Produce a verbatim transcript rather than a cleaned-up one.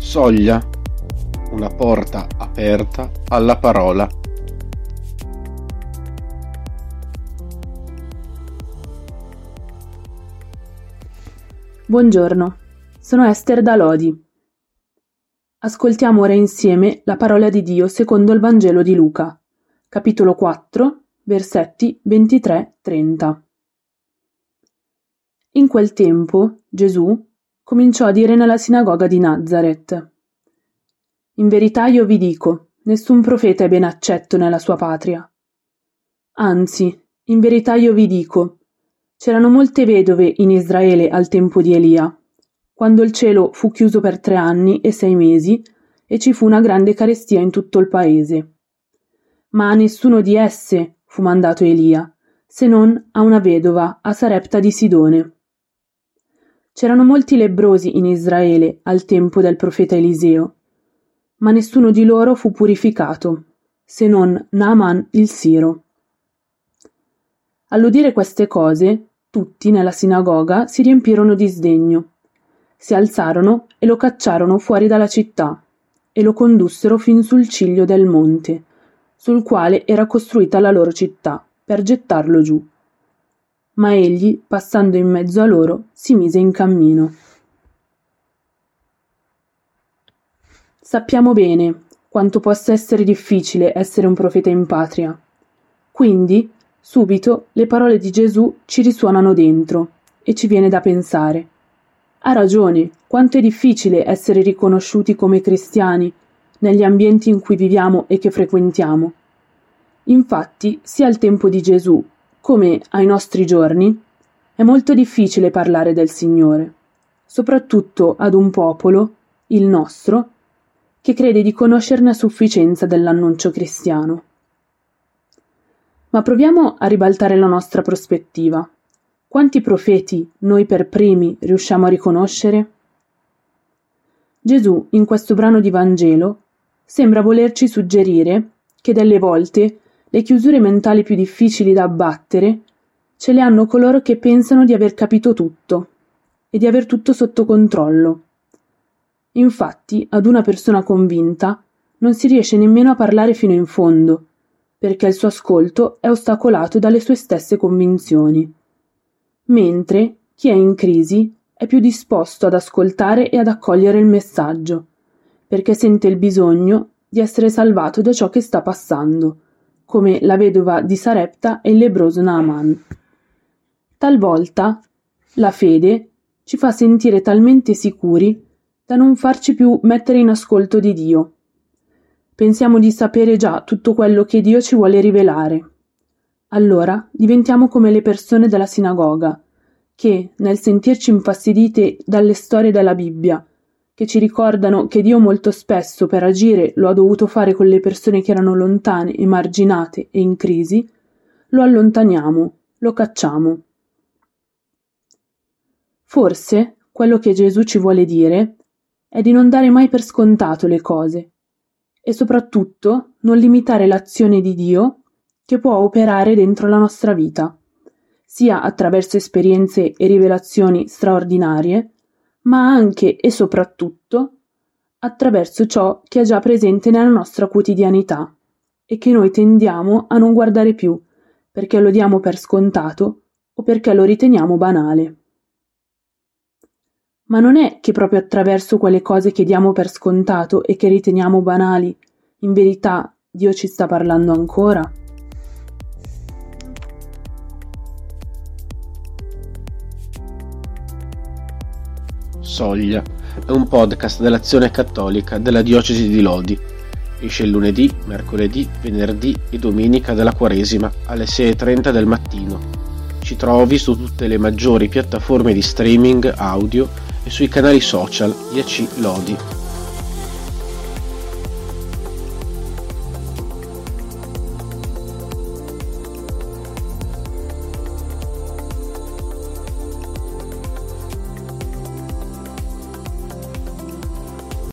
Soglia, una porta aperta alla parola. Buongiorno, sono Ester da Lodi. Ascoltiamo ora insieme la parola di Dio secondo il Vangelo di Luca, capitolo quattro, versetti ventitré trenta. In quel tempo Gesù cominciò a dire nella sinagoga di Nazaret: In verità io vi dico, nessun profeta è ben accetto nella sua patria. Anzi, in verità io vi dico, c'erano molte vedove in Israele al tempo di Elia, quando il cielo fu chiuso per tre anni e sei mesi e ci fu una grande carestia in tutto il paese. Ma a nessuno di esse fu mandato Elia, se non a una vedova a Sarepta di Sidone. C'erano molti lebbrosi in Israele al tempo del profeta Eliseo, ma nessuno di loro fu purificato, se non Naaman il Siro. All'udire queste cose, tutti nella sinagoga si riempirono di sdegno. Si alzarono e lo cacciarono fuori dalla città e lo condussero fin sul ciglio del monte, sul quale era costruita la loro città, per gettarlo giù. Ma egli, passando in mezzo a loro, si mise in cammino. Sappiamo bene quanto possa essere difficile essere un profeta in patria. Quindi, subito, le parole di Gesù ci risuonano dentro e ci viene da pensare: ha ragione, quanto è difficile essere riconosciuti come cristiani negli ambienti in cui viviamo e che frequentiamo. Infatti, sia al tempo di Gesù come ai nostri giorni, è molto difficile parlare del Signore, soprattutto ad un popolo, il nostro, che crede di conoscerne a sufficienza dell'annuncio cristiano. Ma proviamo a ribaltare la nostra prospettiva. Quanti profeti noi per primi riusciamo a riconoscere? Gesù, in questo brano di Vangelo, sembra volerci suggerire che delle volte le chiusure mentali più difficili da abbattere ce le hanno coloro che pensano di aver capito tutto e di aver tutto sotto controllo. Infatti, ad una persona convinta non si riesce nemmeno a parlare fino in fondo, perché il suo ascolto è ostacolato dalle sue stesse convinzioni. Mentre chi è in crisi è più disposto ad ascoltare e ad accogliere il messaggio, perché sente il bisogno di essere salvato da ciò che sta passando, come la vedova di Sarepta e il lebbroso Naaman. Talvolta la fede ci fa sentire talmente sicuri da non farci più mettere in ascolto di Dio. Pensiamo di sapere già tutto quello che Dio ci vuole rivelare. Allora diventiamo come le persone della sinagoga, che, nel sentirci infastidite dalle storie della Bibbia, che ci ricordano che Dio molto spesso per agire lo ha dovuto fare con le persone che erano lontane, emarginate e in crisi, lo allontaniamo, lo cacciamo. Forse quello che Gesù ci vuole dire è di non dare mai per scontato le cose e soprattutto non limitare l'azione di Dio che può operare dentro la nostra vita, sia attraverso esperienze e rivelazioni straordinarie, ma anche e soprattutto attraverso ciò che è già presente nella nostra quotidianità e che noi tendiamo a non guardare più, perché lo diamo per scontato o perché lo riteniamo banale. Ma non è che proprio attraverso quelle cose che diamo per scontato e che riteniamo banali, in verità Dio ci sta parlando ancora? Soglia è un podcast dell'Azione Cattolica della Diocesi di Lodi. Esce il lunedì, mercoledì, venerdì e domenica della Quaresima alle sei e trenta del mattino. Ci trovi su tutte le maggiori piattaforme di streaming audio e sui canali social I A C Lodi.